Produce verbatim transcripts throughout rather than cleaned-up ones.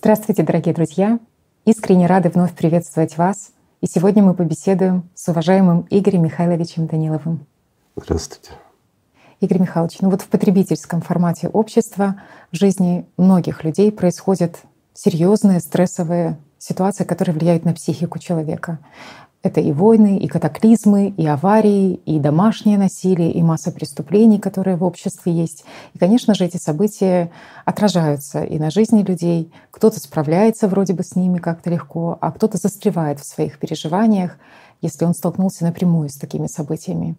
Здравствуйте, дорогие друзья! Искренне рады вновь приветствовать вас. И сегодня мы побеседуем с уважаемым Игорем Михайловичем Даниловым. Здравствуйте. Игорь Михайлович, ну вот в потребительском формате общества в жизни многих людей происходят серьезные стрессовые ситуации, которые влияют на психику человека. Это и войны, и катаклизмы, и аварии, и домашнее насилие, и масса преступлений, которые в обществе есть. И, конечно же, эти события отражаются и на жизни людей. Кто-то справляется вроде бы с ними как-то легко, а кто-то застревает в своих переживаниях, если он столкнулся напрямую с такими событиями.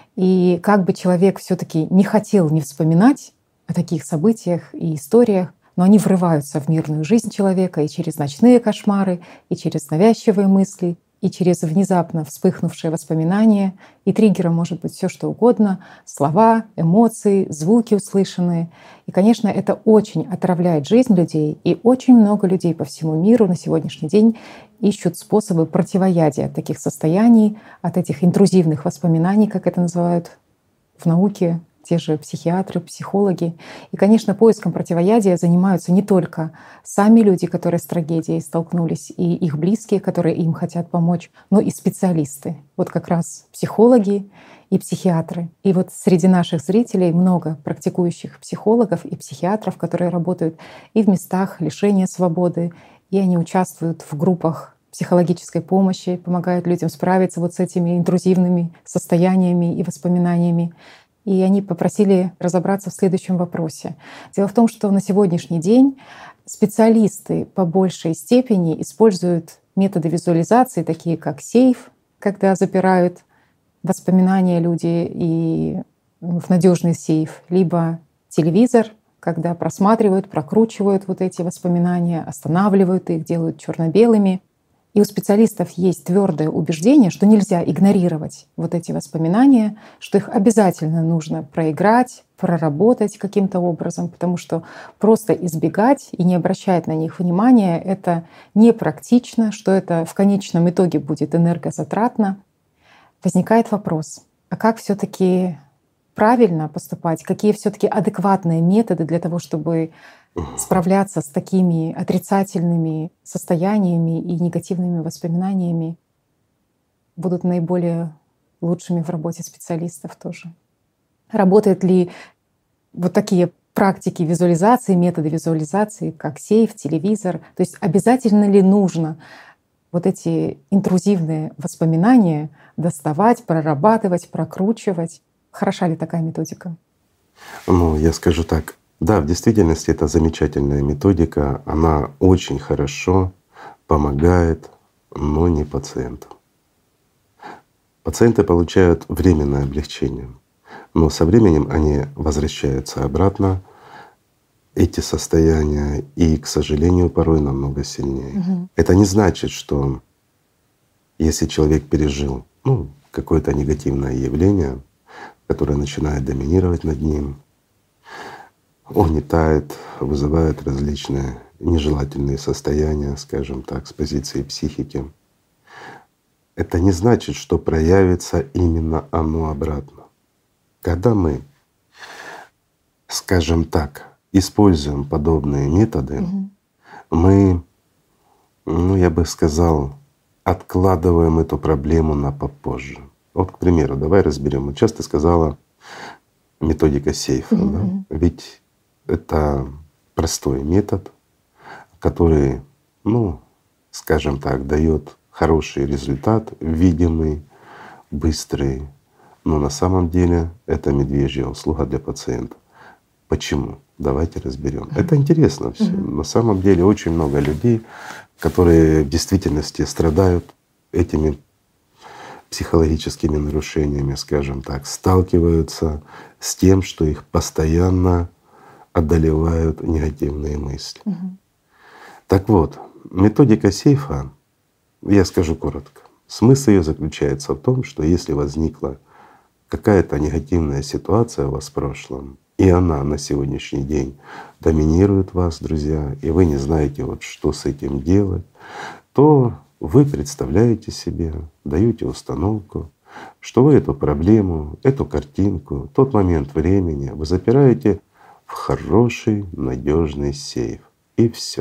И как бы человек все-таки не хотел не вспоминать о таких событиях и историях, но они врываются в мирную жизнь человека и через ночные кошмары, и через навязчивые мысли, и через внезапно вспыхнувшие воспоминания. И триггером может быть все что угодно — слова, эмоции, звуки услышанные. И, конечно, это очень отравляет жизнь людей. И очень много людей по всему миру на сегодняшний день ищут способы противоядия от таких состояний, от этих интрузивных воспоминаний, как это называют в науке те же психиатры, психологи. И, конечно, поиском противоядия занимаются не только сами люди, которые с трагедией столкнулись, и их близкие, которые им хотят помочь, но и специалисты. Вот как раз психологи и психиатры. И вот среди наших зрителей много практикующих психологов и психиатров, которые работают и в местах лишения свободы, и они участвуют в группах психологической помощи, помогают людям справиться вот с этими интрузивными состояниями и воспоминаниями. И они попросили разобраться в следующем вопросе. Дело в том, что на сегодняшний день специалисты по большей степени используют методы визуализации, такие как сейф, когда запирают воспоминания люди и в надежный сейф, либо телевизор, когда просматривают, прокручивают вот эти воспоминания, останавливают их, делают черно-белыми. И у специалистов есть твердое убеждение, что нельзя игнорировать вот эти воспоминания, что их обязательно нужно проиграть, проработать каким-то образом, потому что просто избегать и не обращать на них внимания — это непрактично, что это в конечном итоге будет энергозатратно. Возникает вопрос: а как все-таки правильно поступать? Какие все-таки адекватные методы для того, чтобы справляться с такими отрицательными состояниями и негативными воспоминаниями, будут наиболее лучшими в работе специалистов тоже? Работают ли вот такие практики визуализации, методы визуализации, как сейф, телевизор? То есть обязательно ли нужно вот эти интрузивные воспоминания доставать, прорабатывать, прокручивать? Хороша ли такая методика? Ну, я скажу так. Да, в действительности это замечательная методика, она очень хорошо помогает, но не пациентам. Пациенты получают временное облегчение, но со временем они возвращаются обратно, эти состояния, и, к сожалению, порой намного сильнее. Угу. Это не значит, что если человек пережил ну, какое-то негативное явление, которое начинает доминировать над ним, угнетает, вызывает различные нежелательные состояния, скажем так, с позиции психики. Это не значит, что проявится именно оно обратно. Когда мы, скажем так, используем подобные методы, Угу. мы, ну я бы сказал, откладываем эту проблему на попозже. Вот, к примеру, давай разберем. Вот сейчас ты сказала методика сейфа, Угу. да? Ведь это простой метод, который, ну, скажем так, дает хороший результат, видимый, быстрый. Но на самом деле это медвежья услуга для пациента. Почему? Давайте разберем. Mm-hmm. Это интересно все. Mm-hmm. На самом деле очень много людей, которые в действительности страдают этими психологическими нарушениями, скажем так, сталкиваются с тем, что их постоянно одолевают негативные мысли. Угу. Так вот, методика сейфа, я скажу коротко. Смысл ее заключается в том, что если возникла какая-то негативная ситуация у вас в прошлом, и она на сегодняшний день доминирует вас, друзья, и вы не знаете, вот что с этим делать, то вы представляете себе, даете установку, что вы эту проблему, эту картинку, тот момент времени вы запираете в хороший надежный сейф. И все.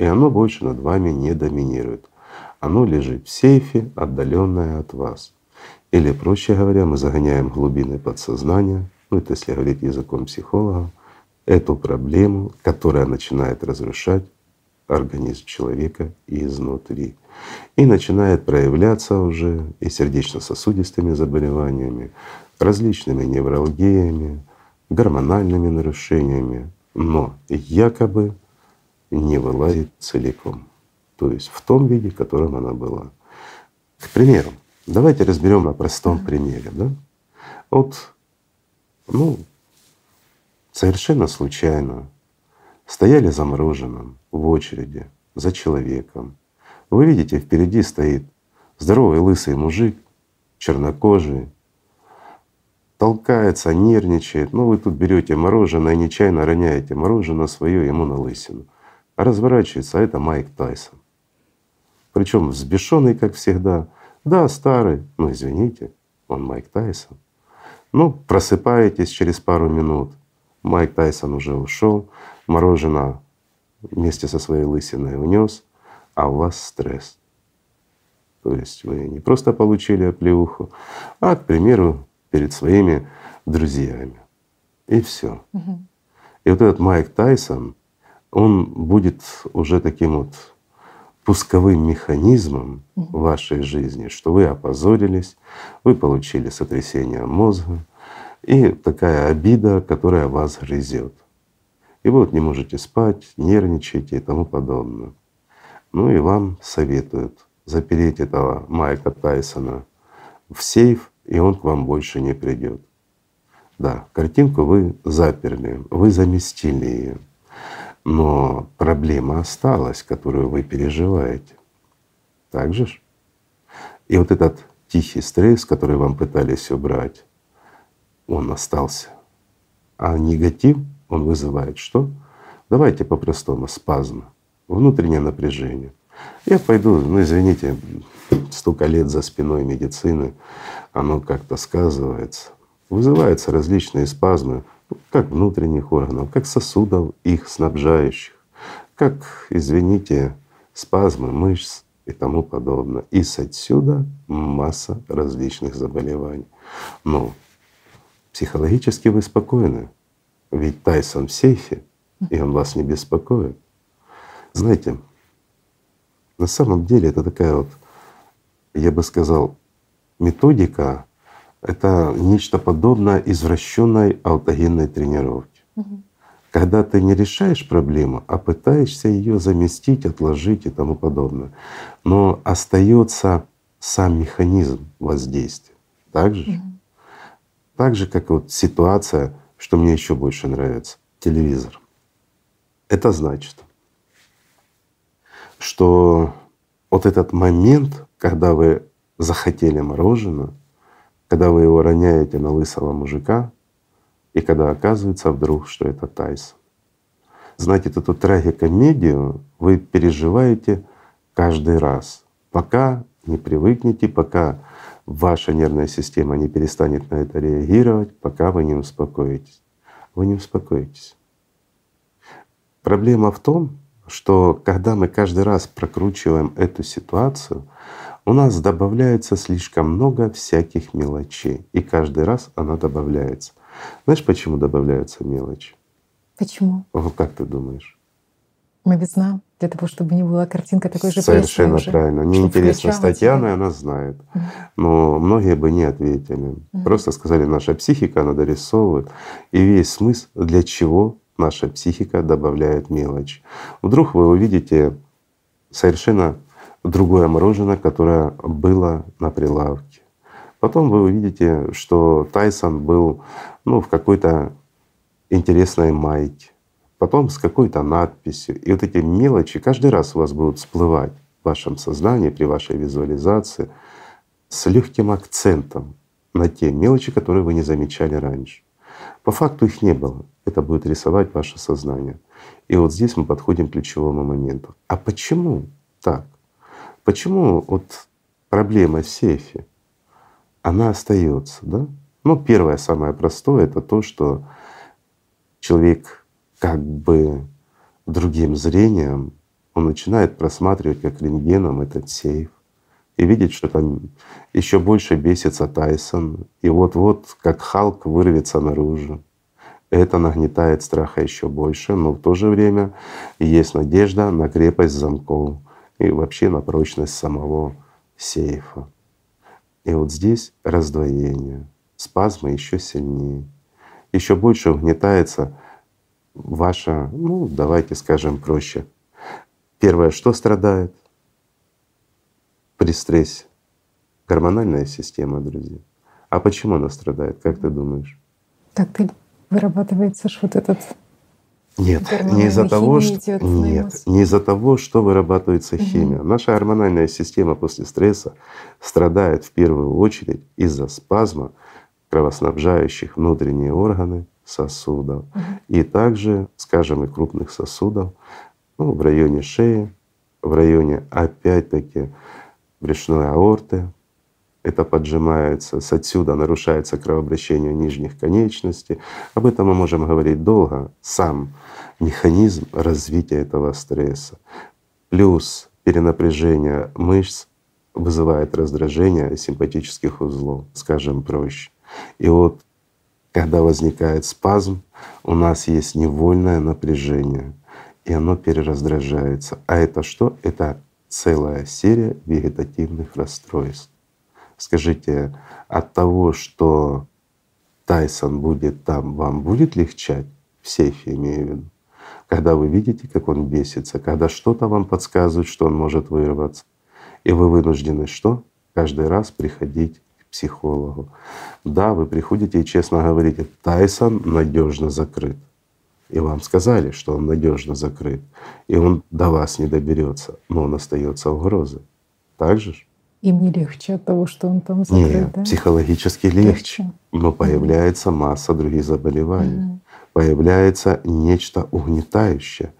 и оно больше над вами не доминирует. Оно лежит в сейфе, отдаленное от вас. Или, проще говоря, мы загоняем в глубины подсознания, ну это если говорить языком психолога, эту проблему, которая начинает разрушать организм человека изнутри. И начинает проявляться уже и сердечно-сосудистыми заболеваниями, различными невралгиями, гормональными нарушениями, но якобы не вылазит целиком, то есть в том виде, в котором она была. К примеру, давайте разберем на простом примере. Да? Вот, ну, совершенно случайно стояли замороженным в очереди за человеком. Вы видите, впереди стоит здоровый лысый мужик, чернокожий, толкается, нервничает. Ну вы тут берете мороженое, нечаянно роняете мороженое свое ему на лысину. А разворачивается, а это Майк Тайсон. Причем взбешенный, как всегда. Да, старый, но извините, он Майк Тайсон. Ну, просыпаетесь через пару минут, Майк Тайсон уже ушел, мороженое вместе со своей лысиной унес, а у вас стресс. То есть вы не просто получили оплеуху, а, к примеру, перед своими друзьями. И все. Угу. И вот этот Майк Тайсон, он будет уже таким вот пусковым механизмом в вашей жизни, что вы опозорились, вы получили сотрясение мозга и такая обида, которая вас грызет. И вы вот не можете спать, нервничаете и тому подобное. Ну и вам советуют запереть этого Майка Тайсона в сейф, и он к вам больше не придет. Да, картинку вы заперли, вы заместили ее. Но проблема осталась, которую вы переживаете. Так же ж? И вот этот тихий стресс, который вам пытались убрать, он остался. А негатив, он вызывает что? Давайте по-простому, спазм, внутреннее напряжение. Я пойду, ну извините, столько лет за спиной медицины, оно как-то сказывается. Вызываются различные спазмы, как внутренних органов, как сосудов их снабжающих, как, извините, спазмы мышц и тому подобное. И с отсюда масса различных заболеваний. Но психологически вы спокойны, ведь Тайсон в сейфе, и он вас не беспокоит. Знаете, на самом деле это такая вот, я бы сказал, методика. Это нечто подобное извращенной аутогенной тренировке. Угу. Когда ты не решаешь проблему, а пытаешься ее заместить, отложить и тому подобное. Но остается сам механизм воздействия. Так же? Угу. Так же, как вот ситуация, что мне еще больше нравится, телевизор. Это значит, что вот этот момент, когда вы захотели мороженое, когда вы его роняете на лысого мужика, и когда оказывается вдруг, что это Тайсон. Знаете, эту трагикомедию вы переживаете каждый раз, пока не привыкнете, пока ваша нервная система не перестанет на это реагировать, пока вы не успокоитесь. Вы не успокоитесь. Проблема в том, что когда мы каждый раз прокручиваем эту ситуацию, у нас добавляется слишком много всяких мелочей, и каждый раз она добавляется. Знаешь, почему добавляются мелочи? Почему? Вот как ты думаешь? Новизна, для того, чтобы не была картинка такой же Совершенно пресной уже, правильно. Мне чтобы интересно с включала Татьяной, тебя. она знает. Мгм. Но многие бы не ответили. Мгм. Просто сказали, наша психика, она дорисовывает. И весь смысл, для чего наша психика добавляет мелочь. Вдруг вы увидите совершенно другое мороженое, которое было на прилавке. Потом вы увидите, что Тайсон был ну, в какой-то интересной майке, потом с какой-то надписью. И вот эти мелочи каждый раз у вас будут всплывать в вашем сознании при вашей визуализации с легким акцентом на те мелочи, которые вы не замечали раньше. По факту их не было. Это будет рисовать ваше сознание. И вот здесь мы подходим к ключевому моменту. А почему так? Почему вот проблема в сейфе, она остается, да? Ну, первое, самое простое, это то, что человек как бы другим зрением он начинает просматривать как рентгеном этот сейф и видеть, что там еще больше бесится Тайсон, и вот-вот как Халк вырвется наружу. Это нагнетает страха еще больше, но в то же время есть надежда на крепость замков и вообще на прочность самого сейфа. И вот здесь раздвоение, спазмы еще сильнее, еще больше угнетается ваша, ну давайте скажем проще. Первое, что страдает при стрессе? Гормональная система, друзья. А почему она страдает, как ты думаешь? Так-то вырабатывается ж вот этот… Нет, не из-за того, что… Нет, не из-за того, что вырабатывается угу. химия. Наша гормональная система после стресса страдает в первую очередь из-за спазма кровоснабжающих внутренние органы сосудов угу. и также, скажем, и крупных сосудов, ну, в районе шеи, в районе опять-таки брюшной аорты. Это поджимается, с отсюда нарушается кровообращение нижних конечностей. Об этом мы можем говорить долго. Сам механизм развития этого стресса. Плюс перенапряжение мышц вызывает раздражение симпатических узлов, скажем проще. И вот когда возникает спазм, у нас есть невольное напряжение, и оно перераздражается. А это что? Это целая серия вегетативных расстройств. Скажите, от того, что Тайсон будет там, вам будет легчать? В сейфе имею в виду. Когда вы видите, как он бесится, когда что-то вам подсказывает, что он может вырваться, и вы вынуждены что? Каждый раз приходить к психологу. Да, вы приходите и честно говорите: Тайсон надежно закрыт. И вам сказали, что он надежно закрыт, и он до вас не доберется, но он остается угрозой. Так же ж? Им не легче от того, что он там закрыт, Нет, да? психологически легче, легче. Но появляется mm-hmm. масса других заболеваний, mm-hmm. появляется нечто угнетающее.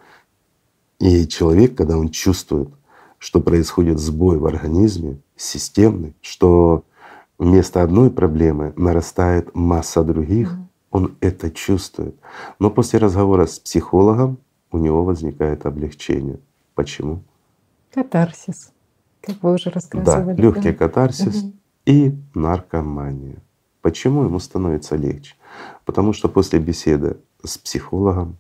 И человек, когда он чувствует, что происходит сбой в организме системный, что вместо одной проблемы нарастает масса других, mm-hmm. он это чувствует. Но после разговора с психологом у него возникает облегчение. Почему? Катарсис. Как вы уже рассказывали. Да, легкий да? катарсис угу. и наркомания. Почему ему становится легче? Потому что после беседы с психологом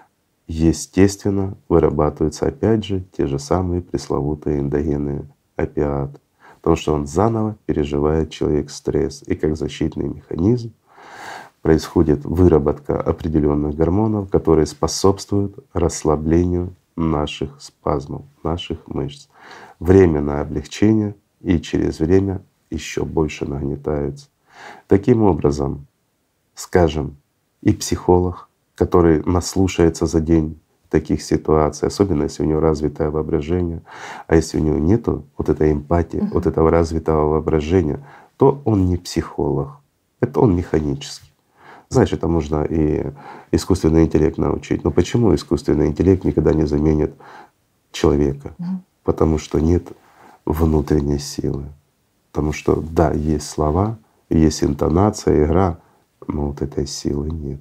естественно вырабатываются опять же те же самые пресловутые эндогенные опиаты. Потому что он заново переживает человек стресс. И как защитный механизм происходит выработка определенных гормонов, которые способствуют расслаблению наших спазмов, наших мышц. Временное облегчение, и через время еще больше нагнетается. Таким образом, скажем, и психолог, который наслушается за день таких ситуаций, особенно если у него развитое воображение, а если у него нету вот этой эмпатии, uh-huh. вот этого развитого воображения, то он не психолог, это он механический. Знаешь, это можно и искусственный интеллект научить. Но почему искусственный интеллект никогда не заменит человека? Uh-huh. Потому что нет внутренней силы. Потому что да, есть слова, есть интонация, игра, но вот этой силы нет.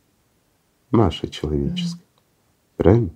Нашей человеческой. Mm-hmm. Правильно?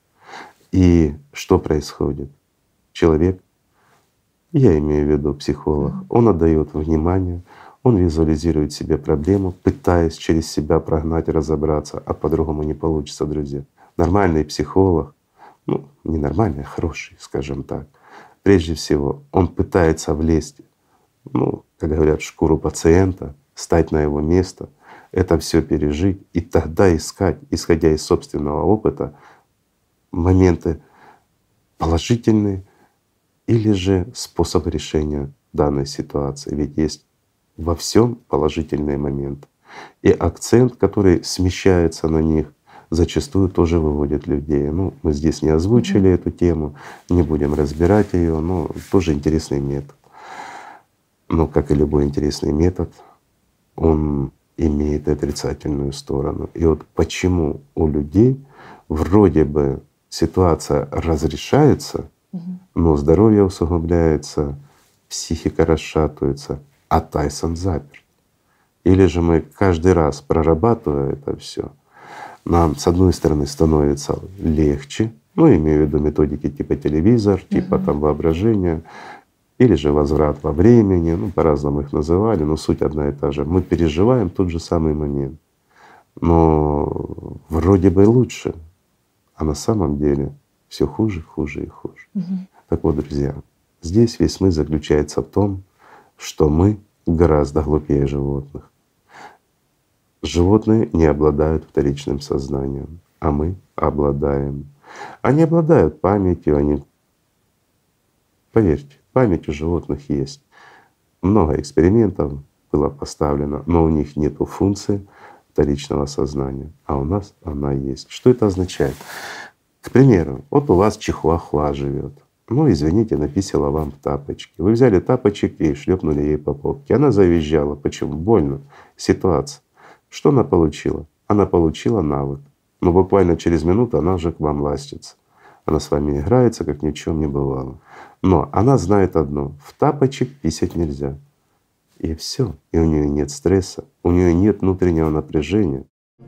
И что происходит? Человек, я имею в виду психолог, mm-hmm. он отдает внимание, он визуализирует себе проблему, пытаясь через себя прогнать, разобраться, а по-другому не получится, друзья. Нормальный психолог, ну, не нормальный, а хороший, скажем так. Прежде всего, он пытается влезть, ну, как говорят, в шкуру пациента, стать на его место, это все пережить и тогда искать, исходя из собственного опыта, моменты положительные или же способ решения данной ситуации. Ведь есть во всем положительные моменты. И акцент, который смещается на них, зачастую тоже выводит людей. Ну, мы здесь не озвучили mm-hmm. эту тему, не будем разбирать ее, но тоже интересный метод. Но как и любой интересный метод, он имеет отрицательную сторону. И вот почему у людей вроде бы ситуация разрешается, mm-hmm. но здоровье усугубляется, психика расшатывается, а Тайсон заперт. Или же мы каждый раз, прорабатывая это все, нам с одной стороны становится легче Ну, имею в виду методики типа телевизор, типа Мгм. там воображения, или же возврат во времени, ну по-разному их называли, но суть одна и та же. Мы переживаем тот же самый момент, но вроде бы лучше, а на самом деле все хуже, хуже и хуже. Мгм. Так вот, друзья, здесь весь смысл заключается в том, что мы гораздо глупее животных. Животные не обладают вторичным сознанием, а мы обладаем. Они обладают памятью, они, поверьте, память у животных есть. Много экспериментов было поставлено, но у них нету функции вторичного сознания, а у нас она есть. Что это означает? К примеру, вот у вас чихуахуа живет. Ну, извините, написала вам в тапочки. Вы взяли тапочек и шлепнули ей по попке. Она завизжала. Почему? Больно. Ситуация. Что она получила? Она получила навык. Но буквально через минуту она уже к вам ластится. Она с вами играется, как ни в чем не бывало. Но она знает одно: в тапочек писать нельзя. И все. И у нее нет стресса, у нее нет внутреннего напряжения.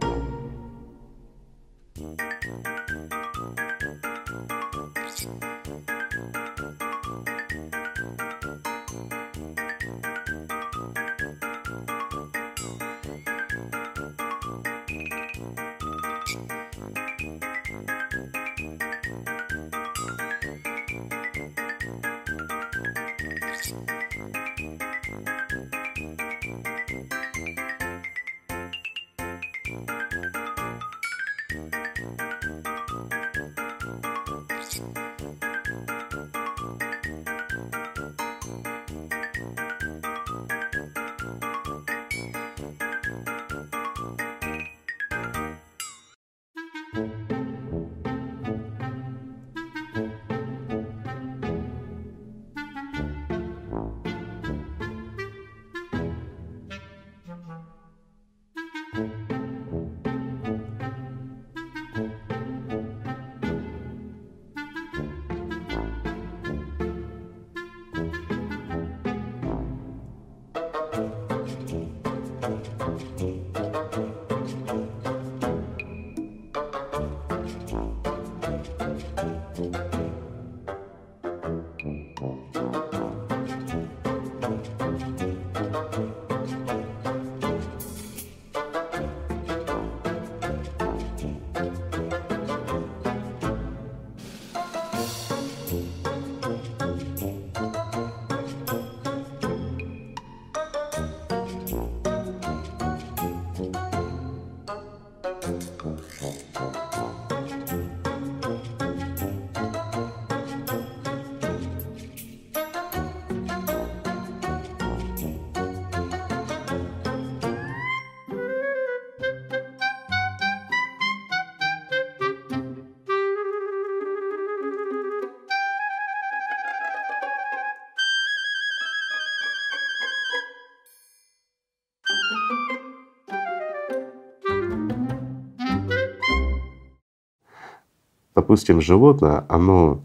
Допустим, животное, оно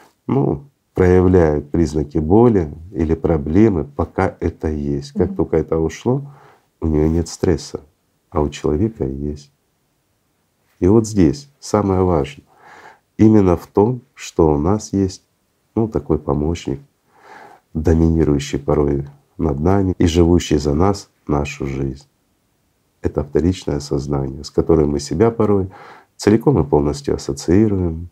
ну, проявляет признаки боли или проблемы, пока это есть. Как Мгм. только это ушло, у нее нет стресса, а у человека есть. И вот здесь самое важное именно в том, что у нас есть ну, такой помощник, доминирующий порой над нами и живущий за нас нашу жизнь. Это вторичное сознание, с которым мы себя порой целиком и полностью ассоциируем,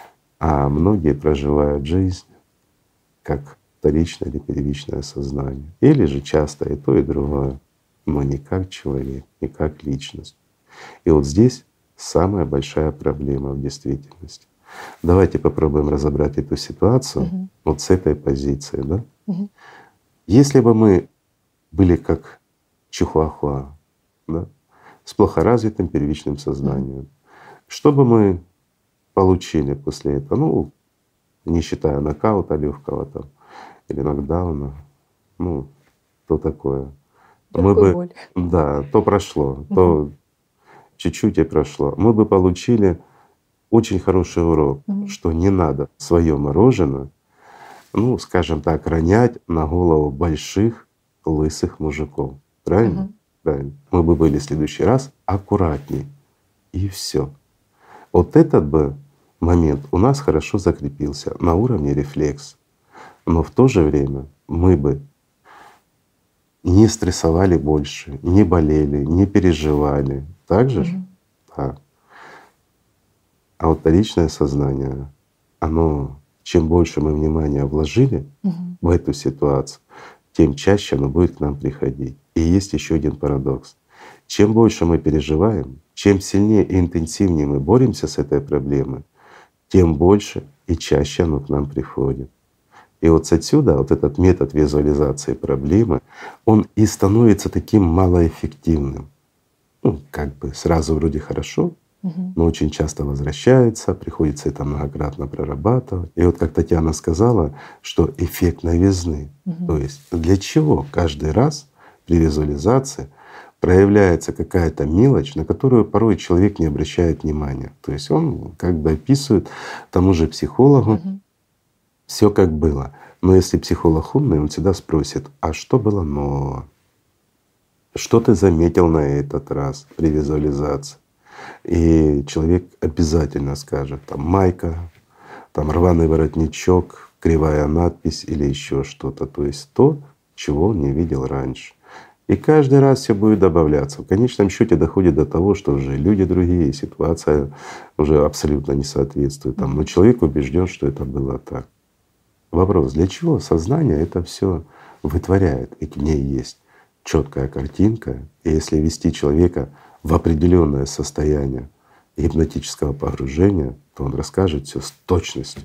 а многие проживают жизнь как вторичное или первичное сознание. Или же часто и то, и другое, но не как человек, не как личность. И вот здесь самая большая проблема в действительности. Давайте попробуем разобрать эту ситуацию Мгм. вот с этой позиции, да? Мгм. Если бы мы были как чихуахуа, да, с плохо развитым первичным сознанием, что бы мы получили после этого? Ну, не считая нокаута легкого там или нокдауна, ну, то такое. Мы Легкую бы, боль. да, то прошло, Мгм. то чуть-чуть и прошло. Мы бы получили очень хороший урок, Мгм. что не надо свое мороженое, ну, скажем так, ронять на голову больших лысых мужиков. Правильно? Мгм. Правильно. Мы бы были в следующий раз аккуратней, и все. Вот этот бы момент у нас хорошо закрепился на уровне рефлекс, но в то же время мы бы не стрессовали больше, не болели, не переживали. Так же ж? Мгм. Да. А вот вторичное сознание, оно чем больше мы внимания вложили Мгм. в эту ситуацию, тем чаще оно будет к нам приходить. И есть еще один парадокс. Чем больше мы переживаем, чем сильнее и интенсивнее мы боремся с этой проблемой, тем больше и чаще оно к нам приходит. И вот отсюда вот этот метод визуализации проблемы, он и становится таким малоэффективным. Ну, как бы сразу вроде хорошо, Мгм. но очень часто возвращается, приходится это многократно прорабатывать. И вот как Татьяна сказала, что эффект новизны. Мгм. То есть для чего каждый раз при визуализации проявляется какая-то мелочь, на которую порой человек не обращает внимания. То есть он как бы описывает тому же психологу Мгм. все как было. Но если психолог умный, он всегда спросит: а что было нового? Что ты заметил на этот раз при визуализации? И человек обязательно скажет: там майка, там рваный воротничок, кривая надпись или еще что-то. То есть то, чего он не видел раньше. И каждый раз все будет добавляться. В конечном счете доходит до того, что уже люди другие, ситуация уже абсолютно не соответствует. Там, но человек убежден, что это было так. Вопрос: для чего сознание это все вытворяет? Ведь в ней есть четкая картинка, и если ввести человека в определенное состояние гипнотического погружения, то он расскажет все с точностью.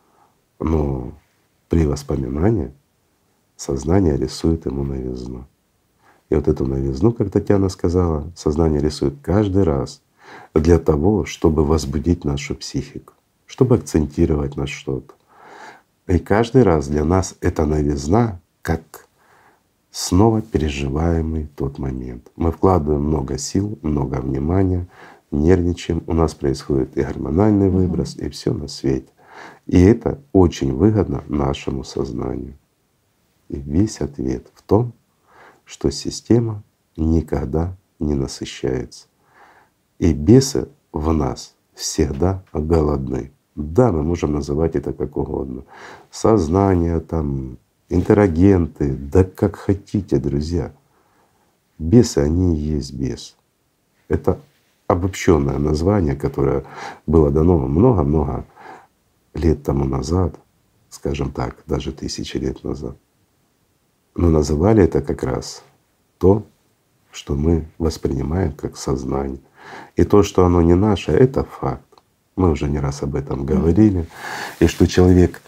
Но при воспоминании сознание рисует ему новизну. И вот эту новизну, как Татьяна сказала, сознание рисует каждый раз для того, чтобы возбудить нашу психику, чтобы акцентировать на что-то. И каждый раз для нас эта новизна как снова переживаемый тот момент. Мы вкладываем много сил, много внимания, нервничаем, у нас происходит и гормональный выброс, и все на свете. И это очень выгодно нашему сознанию. И весь ответ в том, что система никогда не насыщается. И бесы в нас всегда голодны. Да, мы можем называть это как угодно. Сознание, там, интерагенты, да как хотите, друзья. Бесы, они и есть бес. Это обобщенное название, которое было дано много-много лет тому назад, скажем так, даже тысячи лет назад. Но называли это как раз то, что мы воспринимаем как сознание. И то, что оно не наше, это факт. Мы уже не раз об этом говорили. И что человек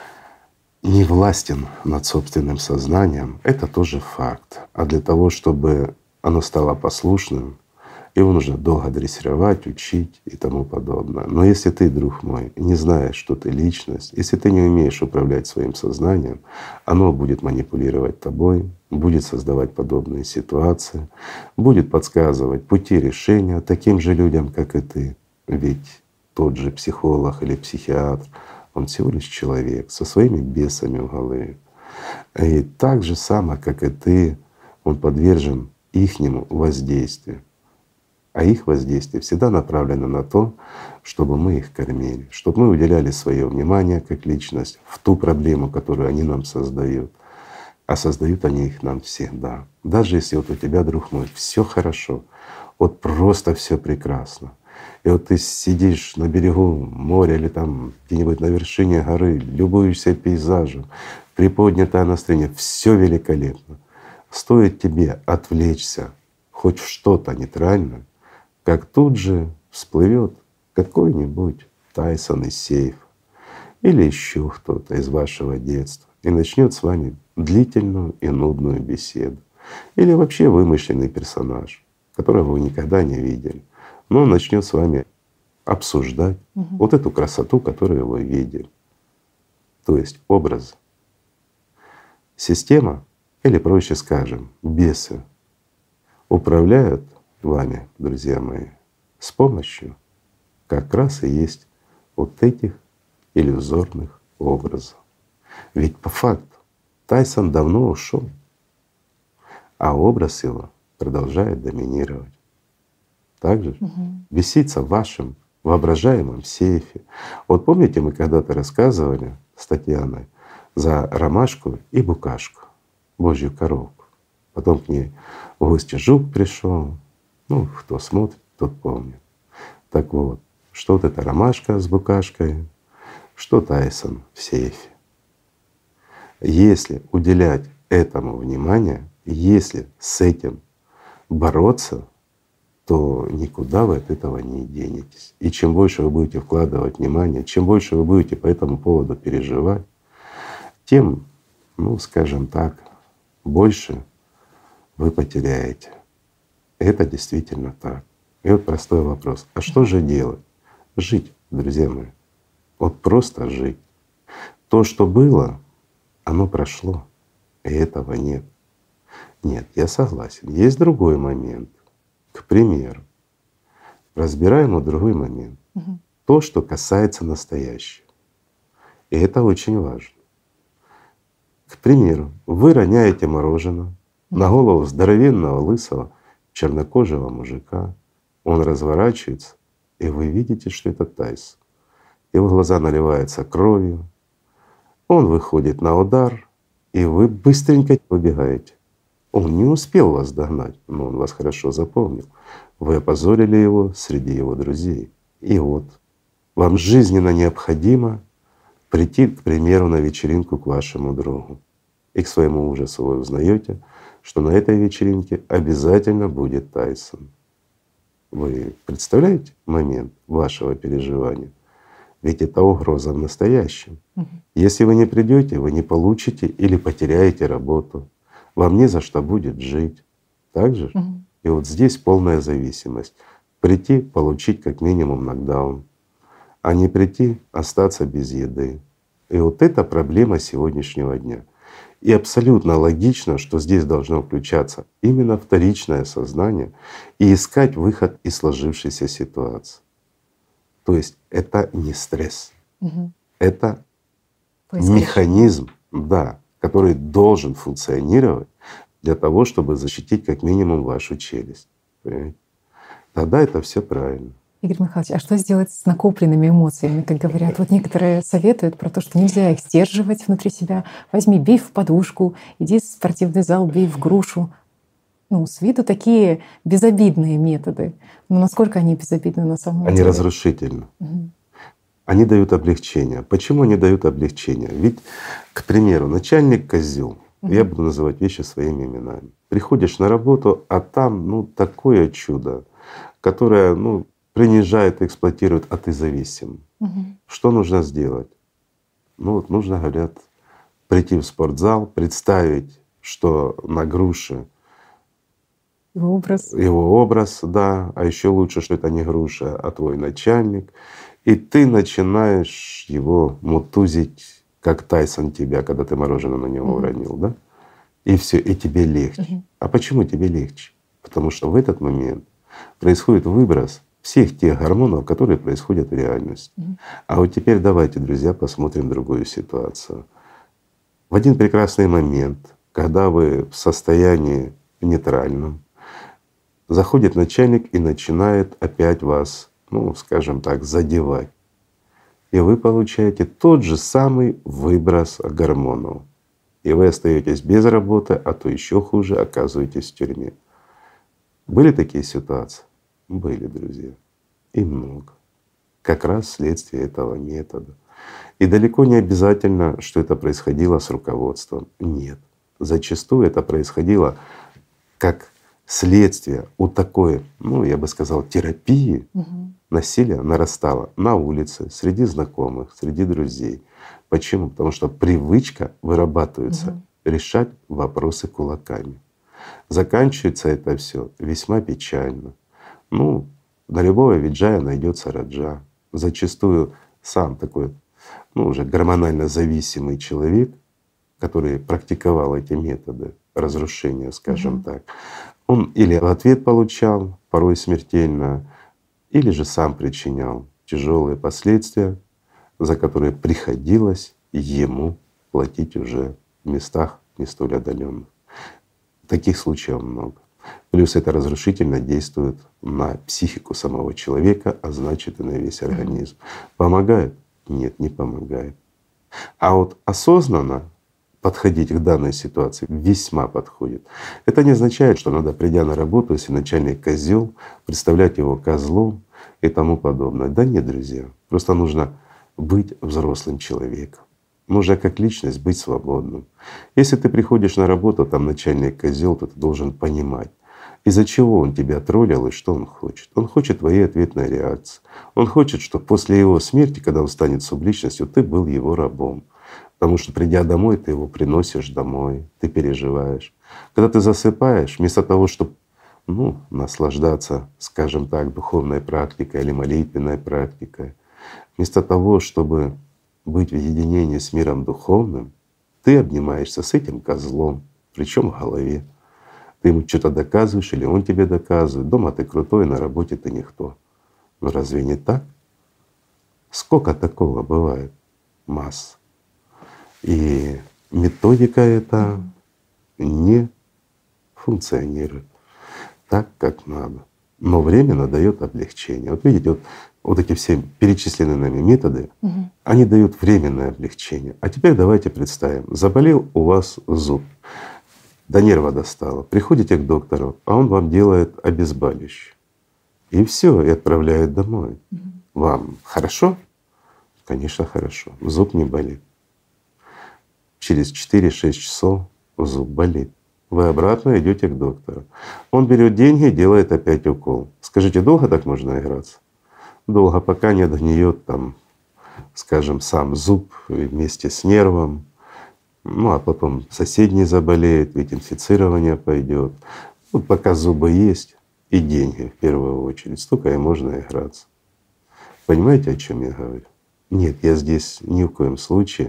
не властен над собственным сознанием, это тоже факт. А для того, чтобы оно стало послушным, его нужно долго дрессировать, учить и тому подобное. Но если ты, друг мой, не знаешь, что ты личность, если ты не умеешь управлять своим сознанием, оно будет манипулировать тобой, будет создавать подобные ситуации, будет подсказывать пути решения таким же людям, как и ты. Ведь тот же психолог или психиатр, он всего лишь человек со своими бесами в голове. И так же само, как и ты, он подвержен ихнему воздействию. А их воздействие всегда направлено на то, чтобы мы их кормили, чтобы мы уделяли свое внимание как личность в ту проблему, которую они нам создают. А создают они их нам всегда. Даже если вот у тебя, друг мой, все хорошо, вот просто все прекрасно. И вот ты сидишь на берегу моря или там где-нибудь на вершине горы, любуешься пейзажем, приподнятое настроение, все великолепно. Стоит тебе отвлечься хоть в что-то нейтральное, как тут же всплывет какой-нибудь Тайсон из сейфа или еще кто-то из вашего детства и начнет с вами длительную и нудную беседу. Или вообще вымышленный персонаж, которого вы никогда не видели. Но он начнет с вами обсуждать Мгм. вот эту красоту, которую вы видели. То есть образ. Система, или проще скажем, бесы, управляют вами, друзья мои, с помощью как раз и есть вот этих иллюзорных образов. Ведь по факту Тайсон давно ушел, а образ его продолжает доминировать. Также Мгм. бесится в вашем воображаемом сейфе. Вот помните, мы когда-то рассказывали с Татьяной за ромашку и букашку, Божью коровку. Потом к ней в гости жук пришел. Ну, кто смотрит, тот помнит. Так вот, что вот эта ромашка с букашкой, что Тайсон в сейфе. Если уделять этому внимание, если с этим бороться, то никуда вы от этого не денетесь. И чем больше вы будете вкладывать внимание, чем больше вы будете по этому поводу переживать, тем, ну, скажем так, больше вы потеряете. Это действительно так. И вот простой вопрос: а что же делать? Жить, друзья мои. Вот просто жить. То, что было, оно прошло, и этого нет. Нет, я согласен. Есть другой момент. К примеру, разбираем вот другой момент. Мгм. То, что касается настоящего. И это очень важно. К примеру, вы роняете мороженое на голову здоровенного, лысого, чернокожего мужика. Он разворачивается, и вы видите, что это Тайсон. Его глаза наливаются кровью. Он выходит на удар, и вы быстренько убегаете. Он не успел вас догнать, но он вас хорошо запомнил. Вы опозорили его среди его друзей. И вот вам жизненно необходимо прийти, к примеру, на вечеринку к вашему другу. И к своему ужасу вы узнаете, что на этой вечеринке обязательно будет Тайсон. Вы представляете момент вашего переживания? Ведь это угроза в настоящем. Мгм. Если вы не придете, вы не получите или потеряете работу. Вам не за что будет жить. Так же? Мгм. И вот здесь полная зависимость. Прийти, получить как минимум нокдаун, а не прийти, остаться без еды. И вот это проблема сегодняшнего дня. И абсолютно логично, что здесь должно включаться именно вторичное сознание и искать выход из сложившейся ситуации. То есть это не стресс, Мгм. это Поиск решения. механизм, да, который должен функционировать для того, чтобы защитить как минимум вашу челюсть. Понимаете? Тогда это все правильно. Игорь Михайлович, а что сделать с накопленными эмоциями? Как говорят, вот некоторые советуют про то, что нельзя их сдерживать внутри себя. Возьми, бей в подушку, иди в спортивный зал, бей в грушу. Ну, с виду такие безобидные методы. Но насколько они безобидны на самом Они деле? разрушительны. Мгм. Они дают облегчение. Почему они дают облегчение? Ведь, к примеру, начальник козел. Я Мгм. буду называть вещи своими именами. Приходишь на работу, а там ну такое чудо, которое ну принижает, эксплуатирует, а ты зависим. Мгм. Что нужно сделать? Ну вот нужно, говорят, прийти в спортзал, представить, что на груше Его образ. его образ, да, а еще лучше, что это не груша, а твой начальник. И ты начинаешь его мутузить, как Тайсон тебя, когда ты мороженое на него Мгм. уронил, да? И все, и тебе легче. Мгм. А почему тебе легче? Потому что в этот момент происходит выброс всех тех гормонов, которые происходят в реальности. Мгм. А вот теперь давайте, друзья, посмотрим другую ситуацию. В один прекрасный момент, когда вы в состоянии нейтральном, заходит начальник и начинает опять вас, ну, скажем так, задевать. И вы получаете тот же самый выброс гормонов. И вы остаетесь без работы, а то еще хуже, оказываетесь в тюрьме. Были такие ситуации? Были, друзья. И много. Как раз вследствие этого метода. И далеко не обязательно, что это происходило с руководством. Нет. Зачастую это происходило как следствие у такой, ну я бы сказал, терапии. Мгм. Насилие нарастало на улице, среди знакомых, среди друзей. Почему? Потому что привычка вырабатывается Мгм. решать вопросы кулаками. Заканчивается это все весьма печально. Ну, на любого виджая найдется раджа. Зачастую сам такой, ну, уже гормонально зависимый человек, который практиковал эти методы разрушения, скажем Мгм. так, он или в ответ получал, порой смертельно, или же сам причинял тяжелые последствия, за которые приходилось ему платить уже в местах не столь отдаленных. Таких случаев много. Плюс это разрушительно действует на психику самого человека, а значит и на весь организм. Помогает? Нет, не помогает. А вот осознанно подходить к данной ситуации весьма подходит. Это не означает, что надо, придя на работу, если начальник козел, представлять его козлом и тому подобное. Да нет, друзья, просто нужно быть взрослым человеком. Нужно как личность быть свободным. Если ты приходишь на работу, там начальник козел, то ты должен понимать, из-за чего он тебя троллил и что он хочет. Он хочет твоей ответной реакции. Он хочет, чтобы после его смерти, когда он станет субличностью, ты был его рабом. Потому что, придя домой, ты его приносишь домой, ты переживаешь. Когда ты засыпаешь, вместо того, чтобы ну, наслаждаться, скажем так, духовной практикой или молитвенной практикой, вместо того, чтобы быть в единении с миром духовным, ты обнимаешься с этим козлом, причем в голове. Ты ему что-то доказываешь или он тебе доказывает. Дома ты крутой, на работе ты никто. Но разве не так? Сколько такого бывает? Масса. И методика эта не функционирует так, как надо. Но временно дает облегчение. Вот видите, вот, вот эти все перечисленные нами методы, угу. они дают временное облегчение. А теперь давайте представим, заболел у вас зуб, до нерва достало. Приходите к доктору, а он вам делает обезболивающее. И все, и отправляет домой. Угу. Вам хорошо? Конечно, хорошо. Зуб не болит. Через четыре-шесть часов зуб болит. Вы обратно идете к доктору. Он берет деньги и делает опять укол. Скажите, долго так можно играться? Долго, пока не отгниет там, скажем, сам зуб вместе с нервом. Ну а потом соседний заболеет, ведь инфицирование пойдет. Вот пока зубы есть и деньги в первую очередь, столько и можно играться. Понимаете, о чем я говорю? Нет, я здесь ни в коем случае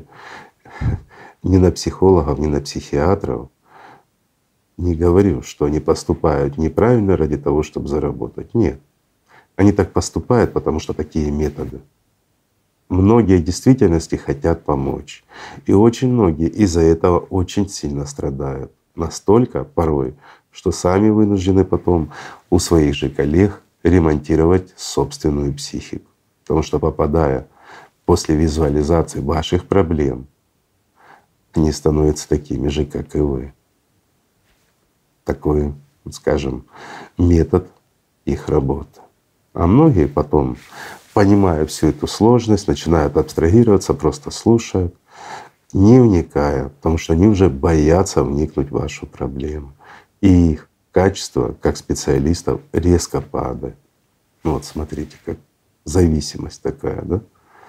ни на психологов, ни на психиатров не говорю, что они поступают неправильно ради того, чтобы заработать. Нет. Они так поступают, потому что такие методы. Многие в действительности хотят помочь. И очень многие из-за этого очень сильно страдают. Настолько порой, что сами вынуждены потом у своих же коллег ремонтировать собственную психику. Потому что, попадая после визуализации ваших проблем, они становятся такими же, как и вы. Такой, скажем, метод их работы. А многие потом, понимая всю эту сложность, начинают абстрагироваться, просто слушают, не вникая, потому что они уже боятся вникнуть в вашу проблему. И их качество как специалистов резко падает. Ну вот смотрите, как зависимость такая, да?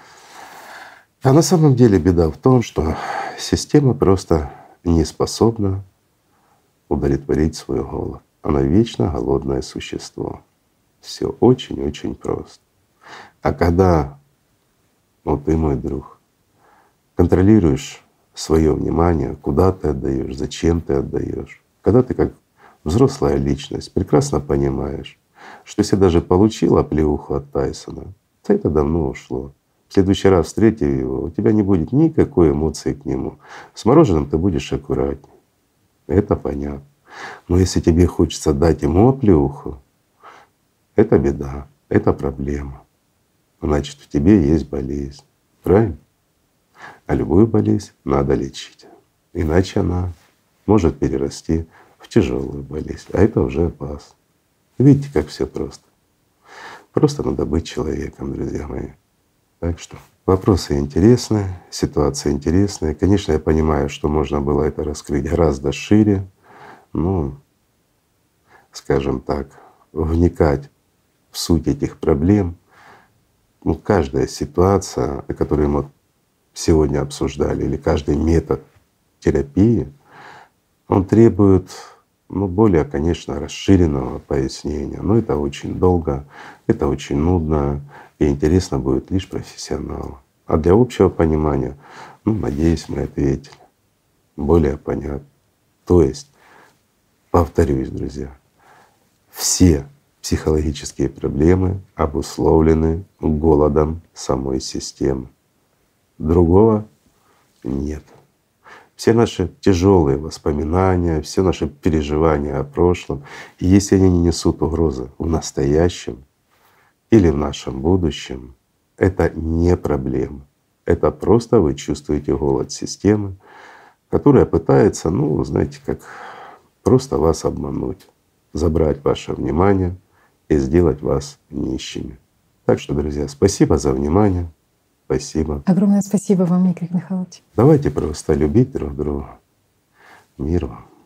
А на самом деле беда в том, что система просто не способна удовлетворить свой голод. Она вечно голодное существо. Все очень-очень просто. А когда вот ты, мой друг, контролируешь свое внимание, куда ты отдаешь, зачем ты отдаешь, когда ты как взрослая личность прекрасно понимаешь, что если даже получил оплеуху от Тайсона, то это давно ушло. В следующий раз, встретив его, у тебя не будет никакой эмоции к нему. С мороженым ты будешь аккуратней. Это понятно. Но если тебе хочется дать ему оплеуху, это беда, это проблема. Значит, в тебе есть болезнь. Правильно? А любую болезнь надо лечить. Иначе она может перерасти в тяжелую болезнь. А это уже опасно. Видите, как все просто. Просто надо быть человеком, друзья мои. Так что вопросы интересные, ситуация интересная. Конечно, я понимаю, что можно было это раскрыть гораздо шире, но, скажем так, вникать в суть этих проблем. Ну, каждая ситуация, о которой мы сегодня обсуждали, или каждый метод терапии, он требует, ну, более, конечно, расширенного пояснения. Но это очень долго, это очень нудно, и интересно будет лишь профессионалу. А для общего понимания, ну, надеюсь, мы ответили более понятно. То есть, повторюсь, друзья, все психологические проблемы обусловлены голодом самой системы. Другого нет. все наши тяжелые воспоминания, все наши переживания о прошлом, и если они не несут угрозы в настоящем или в нашем будущем, это не проблема. Это просто вы чувствуете голод системы, которая пытается, ну, знаете, как просто вас обмануть, забрать ваше внимание и сделать вас нищими. Так что, друзья, спасибо за внимание. Спасибо. Огромное спасибо вам, Игорь Михайлович. Давайте просто любить друг друга. Мир вам.